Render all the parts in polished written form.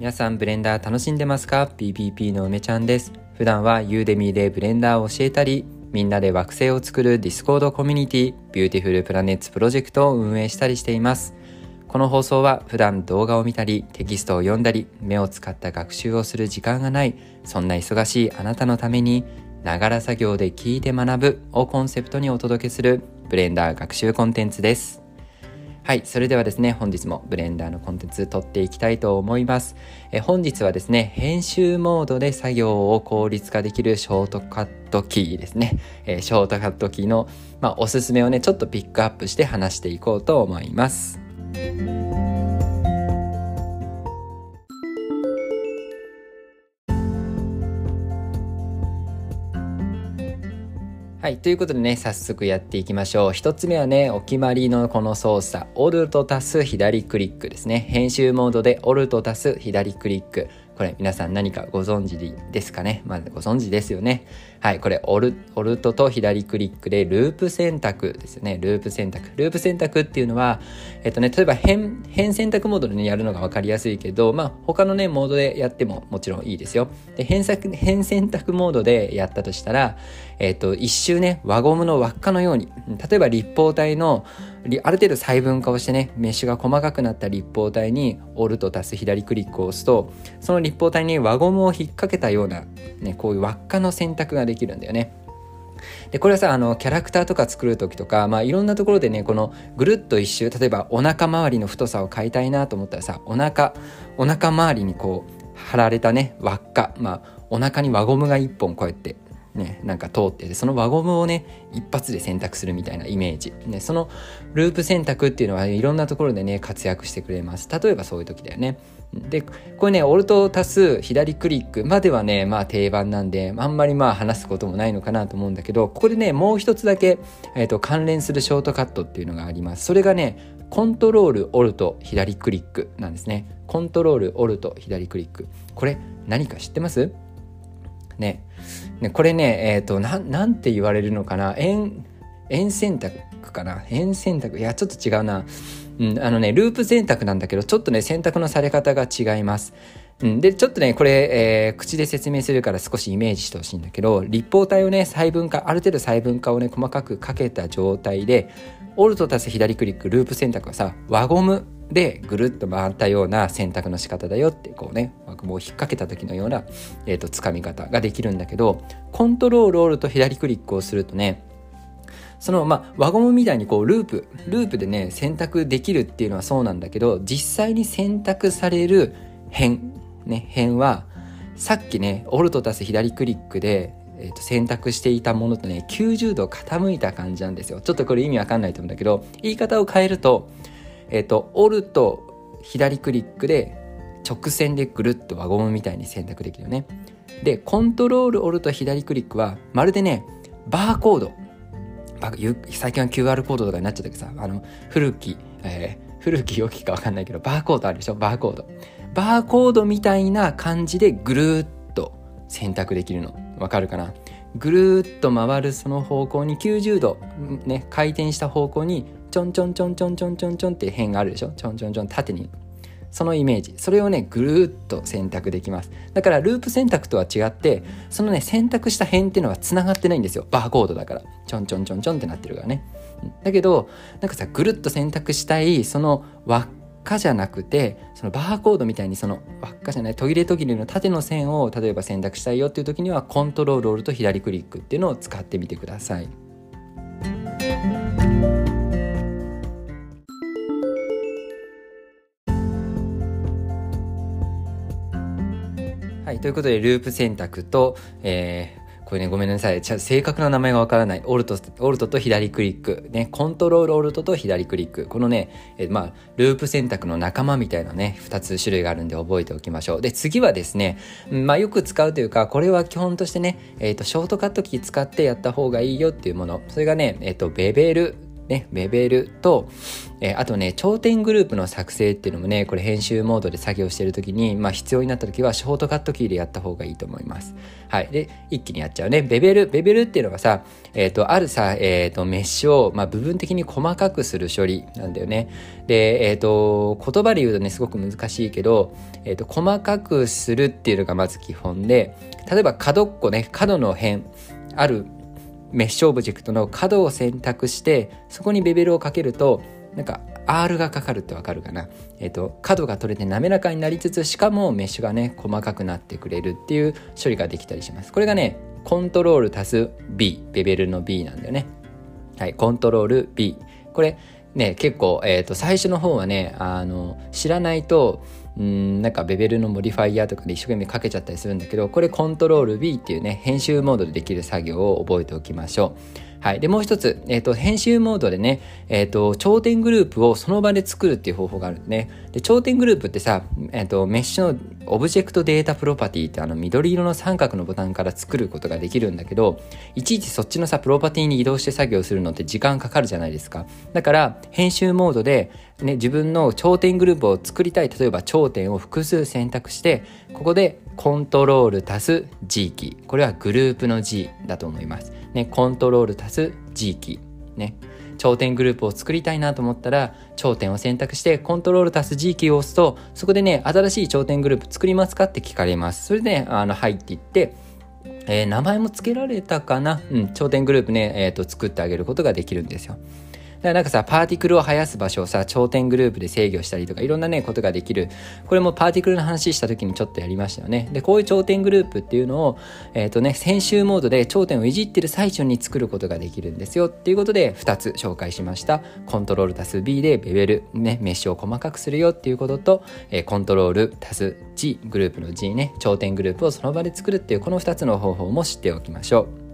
皆さんブレンダー楽しんでますか？ PPP の梅ちゃんです。普段はユーデミーでブレンダーを教えたり、みんなで惑星を作るディスコードコミュニティビューティフルプラネッツプロジェクトを運営したりしています。この放送は普段動画を見たりテキストを読んだり目を使った学習をする時間がない、そんな忙しいあなたのためにながら作業で聞いて学ぶをコンセプトにお届けするブレンダー学習コンテンツです。はい、それではですね、本日もブレンダーのコンテンツ撮っていきたいと思います。本日はですね、編集モードで作業を効率化できるショートカットキーですね。ショートカットキーの、おすすめをね、ちょっとピックアップして話していこうと思います。はい、ということでね、早速やっていきましょう。一つ目はね、お決まりのこの操作、オルト足す左クリックですね。編集モードでオルト足す左クリック。これ皆さん何かご存知ですかね？ご存知ですよね。はい、これオルトと左クリックでループ選択ですよね。ループ選択っていうのは、例えば変選択モードでね、やるのが分かりやすいけど、他のね、モードでやってももちろんいいですよ。で、変選択モードでやったとしたら、一周ね、輪ゴムの輪っかのように、例えば立方体のある程度細分化をしてね、メッシュが細かくなった立方体にオルト足す左クリックを押すと、その立方体に輪ゴムを引っ掛けたような、ね、こういう輪っかの選択ができるんだよね。でこれはさ、キャラクターとか作る時とか、いろんなところでね、このぐるっと一周、例えばお腹周りの太さを変えたいなと思ったらさ、お腹周りにこう貼られたね、輪っか、お腹に輪ゴムが一本こうやってね、なんか通ってて、その輪ゴムをね一発で選択するみたいなイメージ、ね、そのループ選択っていうのはいろんなところでね活躍してくれます。例えばそういう時だよね。でこれね、オルト足す左クリックまではね定番なんで、あんまり話すこともないのかなと思うんだけど、ここでねもう一つだけ、関連するショートカットっていうのがあります。それがね、コントロールオルト左クリックなんですね。コントロールオルト左クリック、これ何か知ってますね？これね、なんて言われるのかな、円選択かな、円選択、いやちょっと違うな、ループ選択なんだけど、ちょっとね選択のされ方が違います。でちょっとねこれ、口で説明するから少しイメージしてほしいんだけど、立方体をねある程度細分化をね細かくかけた状態で、オルト足す左クリックループ選択はさ、輪ゴムでぐるっと回ったような選択の仕方だよって、こうね輪ゴムを引っ掛けた時のような、つかみ方ができるんだけど、コントロールオルト左クリックをするとね、その輪ゴムみたいにこうループでね選択できるっていうのはそうなんだけど、実際に選択される辺はさっきねオルト足す左クリックで、選択していたものとね90度傾いた感じなんですよ。ちょっとこれ意味わかんないと思うんだけど、言い方を変えると、オルト左クリックで直線でぐるっと輪ゴムみたいに選択できるよね。でコントロールオルト左クリックはまるでねバーコード、最近は QR コードとかになっちゃったけどさ、古き良きか分かんないけど、バーコードあるでしょ。バーコードみたいな感じでぐるーっと選択できるの分かるかな。ぐるーっと回るその方向に90度ね、回転した方向にちょんちょんちょんちょんちょんちょんちょんって辺があるでしょ。ちょんちょんちょん縦に、そのイメージ、それをねぐるーっと選択できます。だからループ選択とは違って、そのね選択した辺っていうのはつながってないんですよ。バーコードだからちょんちょんちょんちょんってなってるからね。だけどなんかさ、ぐるっと選択したいその輪っかじゃなくて、そのバーコードみたいにその輪っかじゃない途切れの縦の線を例えば選択したいよっていう時には、コントロールオルト左クリックっていうのを使ってみてください。はい、ということでループ選択と、これねごめんなさい、正確な名前がわからない、オルトと左クリック、ね、コントロールオルトと左クリック、このね、ループ選択の仲間みたいなね2つ種類があるんで覚えておきましょう。で次はですね、よく使うというか、これは基本としてね、ショートカットキー使ってやった方がいいよっていうもの、それがね、ベベルね、ベベルと、あとね、頂点グループの作成っていうのもね、これ編集モードで作業してる時に、必要になった時はショートカットキーでやった方がいいと思います。はい。で、一気にやっちゃうね。ベベルっていうのがさ、あるさ、メッシュを、部分的に細かくする処理なんだよね。で、言葉で言うとね、すごく難しいけど、細かくするっていうのがまず基本で、例えば角っこね、角の辺、あるメッシュオブジェクトの角を選択して、そこにベベルをかけると、なんか R がかかるってわかるかな。角が取れて滑らかになりつつ、しかもメッシュがね、細かくなってくれるっていう処理ができたりします。これがね、コントロール足す B、ベベルの B なんだよね。はい、コントロール B。これね、結構、最初の方はね、知らないと、なんかベベルのモディファイヤーとかで一生懸命かけちゃったりするんだけど、これコントロール B っていうね、編集モードでできる作業を覚えておきましょう。はい。で、もう一つ、編集モードでね、頂点グループをその場で作るっていう方法があるんね。で、頂点グループってさ、メッシュのオブジェクトデータプロパティって緑色の三角のボタンから作ることができるんだけど、いちいちそっちのさ、プロパティに移動して作業するのって時間かかるじゃないですか。だから、編集モードで、ね、自分の頂点グループを作りたい。例えば頂点を複数選択して、ここでコントロール足す G キー。これはグループの G だと思います。ね、コントロール足す G キー。ね。頂点グループを作りたいなと思ったら、頂点を選択してコントロール足す G キーを押すと、そこでね、新しい頂点グループ作りますかって聞かれます。それで、入っていって、名前も付けられたかな。頂点グループね、作ってあげることができるんですよ。だからなんかさ、パーティクルを生やす場所をさ、頂点グループで制御したりとか、いろんなね、ことができる。これもパーティクルの話した時にちょっとやりましたよね。で、こういう頂点グループっていうのを、編集モードで頂点をいじってる最中に作ることができるんですよ。っていうことで、2つ紹介しました。コントロール足す B でベベル、ね、メッシュを細かくするよっていうことと、コントロール足す G、グループの G ね、頂点グループをその場で作るっていう、この2つの方法も知っておきましょう。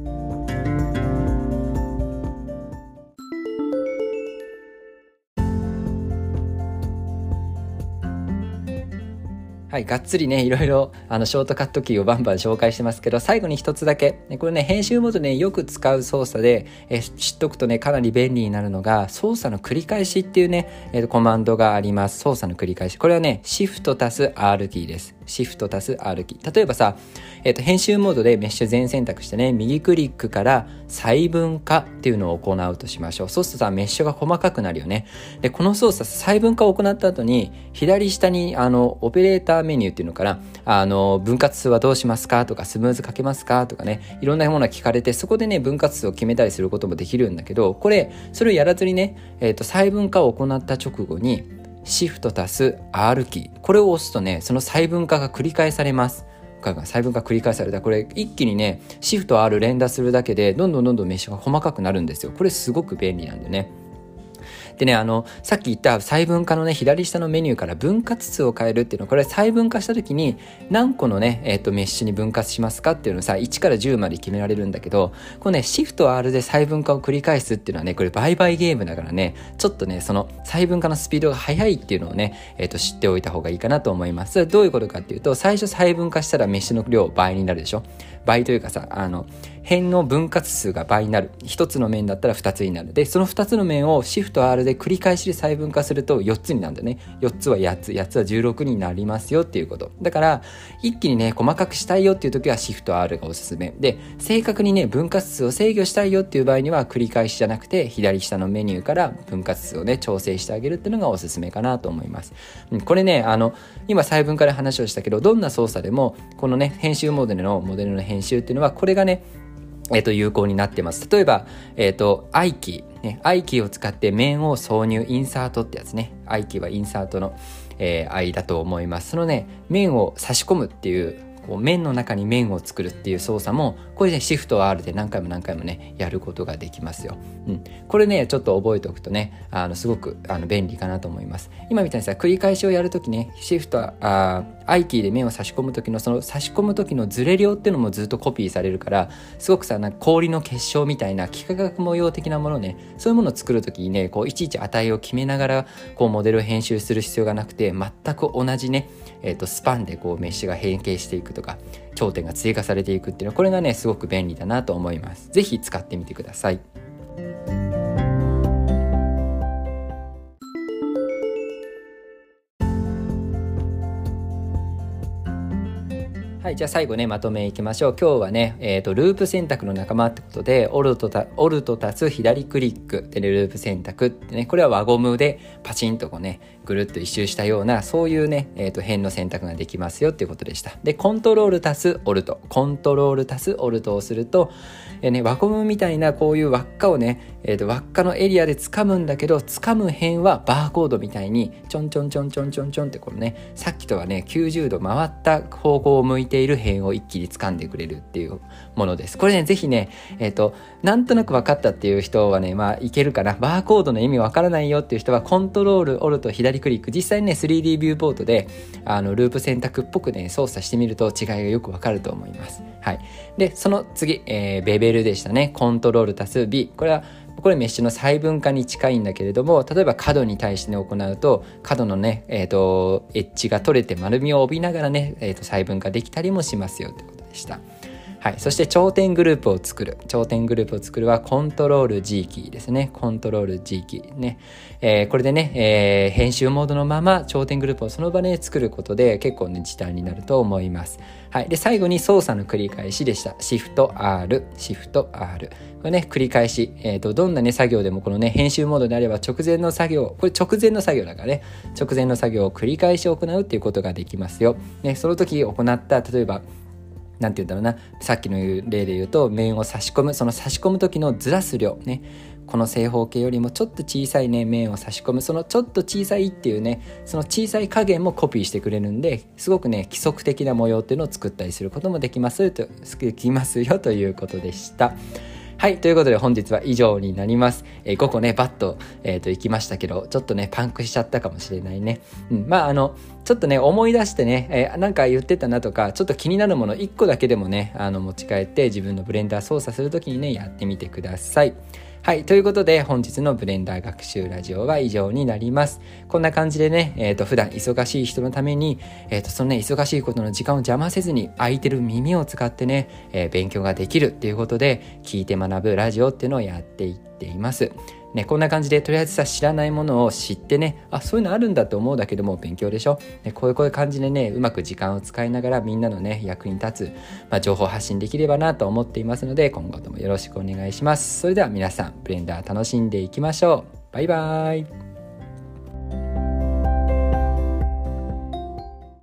はい、がっつりね、いろいろショートカットキーをバンバン紹介してますけど、最後に一つだけ、これね、編集モードで、ね、よく使う操作で、知っとくとね、かなり便利になるのが、操作の繰り返しっていうね、コマンドがあります。操作の繰り返し。これはね、シフト足す R キーです。シフト足す R キー。例えばさ、編集モードでメッシュ全選択してね、右クリックから細分化っていうのを行うとしましょう。そうするとさ、メッシュが細かくなるよね。で、この操作、細分化を行った後に、左下にオペレーターメニューっていうのかな、分割数はどうしますかとか、スムーズかけますかとかね、いろんなものが聞かれて、そこでね、分割数を決めたりすることもできるんだけど、それをやらずにね、細分化を行った直後に、シフト足す R キー。これを押すとね、その細分化が繰り返されます。細分化繰り返された。これ一気にね、シフト R 連打するだけで、どんどんメッシュが細かくなるんですよ。これすごく便利なんでね。でね、さっき言った細分化のね、左下のメニューから分割数を変えるっていうのは、これ細分化した時に何個のね、メッシュに分割しますかっていうのをさ、1から10まで決められるんだけど、このね、シフト R で細分化を繰り返すっていうのはね、これ売買ゲームだからね、ちょっとね、その細分化のスピードが速いっていうのをね、知っておいた方がいいかなと思います。それはどういうことかっていうと、最初細分化したらメッシュの量倍になるでしょ。倍というかさ、辺の分割数が倍になる。一つの面だったら二つになる。で、その二つの面をシフト R で繰り返しで細分化すると4つになるんだね。4つは8つ、8つは16になりますよっていうこと。だから、一気にね、細かくしたいよっていう時はシフト R がおすすめ。で、正確にね、分割数を制御したいよっていう場合には繰り返しじゃなくて、左下のメニューから分割数をね、調整してあげるっていうのがおすすめかなと思います。これね、今細分化で話をしたけど、どんな操作でも、このね、編集モデルの編集っていうのは、これがね、有効になってます。例えば、I キー、ね、I キーを使って面を挿入、インサートってやつね。I キーはインサートの、I だと思います。そのね、面を差し込むっていう、面の中に面を作るっていう操作も、これね、シフト R で何回もね、やることができますよ。これね、ちょっと覚えておくとね、すごく便利かなと思います。今みたいにさ、繰り返しをやるときね、シフト、I キーで面を差し込むときの、その差し込むときのズレ量っていうのもずっとコピーされるから、すごくさ、なんか氷の結晶みたいな幾何学模様的なものね、そういうものを作るときにね、いちいち値を決めながら、モデルを編集する必要がなくて、全く同じね、スパンでメッシュが変形していくとか、頂点が追加されていくっていうのは、これがね、すごく便利だなと思います。ぜひ使ってみてください。 はい、じゃあ最後ねまとめいきましょう。今日はね、ループ選択の仲間ってことでオルト足す左クリックでループ選択ってね、これは輪ゴムでパチンとこうねぐるっと一周したようなそういうね、辺の選択ができますよっていうことでした。でコントロール足すオルトをすると、輪ゴムみたいなこういう輪っかをね、輪っかのエリアで掴むんだけど、掴む辺はバーコードみたいにちょんちょんちょんちょんちょんちょんってこのね、さっきとはね90度回った方向を向いている辺を一気に掴んでくれるっていうものです。これねぜひね、なんとなく分かったっていう人はねいけるかな。バーコードの意味分からないよっていう人はコントロールオルト左クリック、実際にね 3D ビューポートでループ選択っぽくね操作してみると違いがよく分かると思います。はい。でその次、ベベルでしたね。コントロール足す B、これメッシュの細分化に近いんだけれども、例えば角に対して、ね、行うと角のね、エッジが取れて丸みを帯びながらね、細分化できたりもしますよということでした。はい、そして頂点グループを作るはコントロール G キーですね。コントロール G キーね、これでね、編集モードのまま頂点グループをその場で作ることで結構ね時短になると思います。はい、で最後に操作の繰り返しでした。シフト R これね繰り返し、どんなね作業でもこのね編集モードであれば直前の作業だからね、直前の作業を繰り返し行うっていうことができますよ。ね、その時行った例えばなんて言うんだろうな、さっきの例で言うと面を差し込む、その差し込む時のずらす量ね、この正方形よりもちょっと小さいね面を差し込む、そのちょっと小さいっていうね、その小さい加減もコピーしてくれるんで、すごくね規則的な模様っていうのを作ったりすることもできますよということでした。はい、ということで本日は以上になります。5個ねバッと、いきましたけど、ちょっとねパンクしちゃったかもしれないね。ちょっとね思い出してね、なんか言ってたなとか、ちょっと気になるもの1個だけでもね持ち帰って自分のブレンダー操作するときにねやってみてください。はい、ということで本日のブレンダー学習ラジオは以上になります。こんな感じでね、普段忙しい人のために、そのね忙しいことの時間を邪魔せずに空いてる耳を使ってね、勉強ができるっていうことで聞いて学ぶラジオっていうのをやっていっています。ね、こんな感じでとりあえず知らないものを知ってね、そういうのあるんだと思うだけでも勉強でしょ、ね、こういう感じでねうまく時間を使いながらみんなのね役に立つ、情報発信できればなと思っていますので、今後ともよろしくお願いします。それでは皆さんブレンダー楽しんでいきましょう。バイバイ。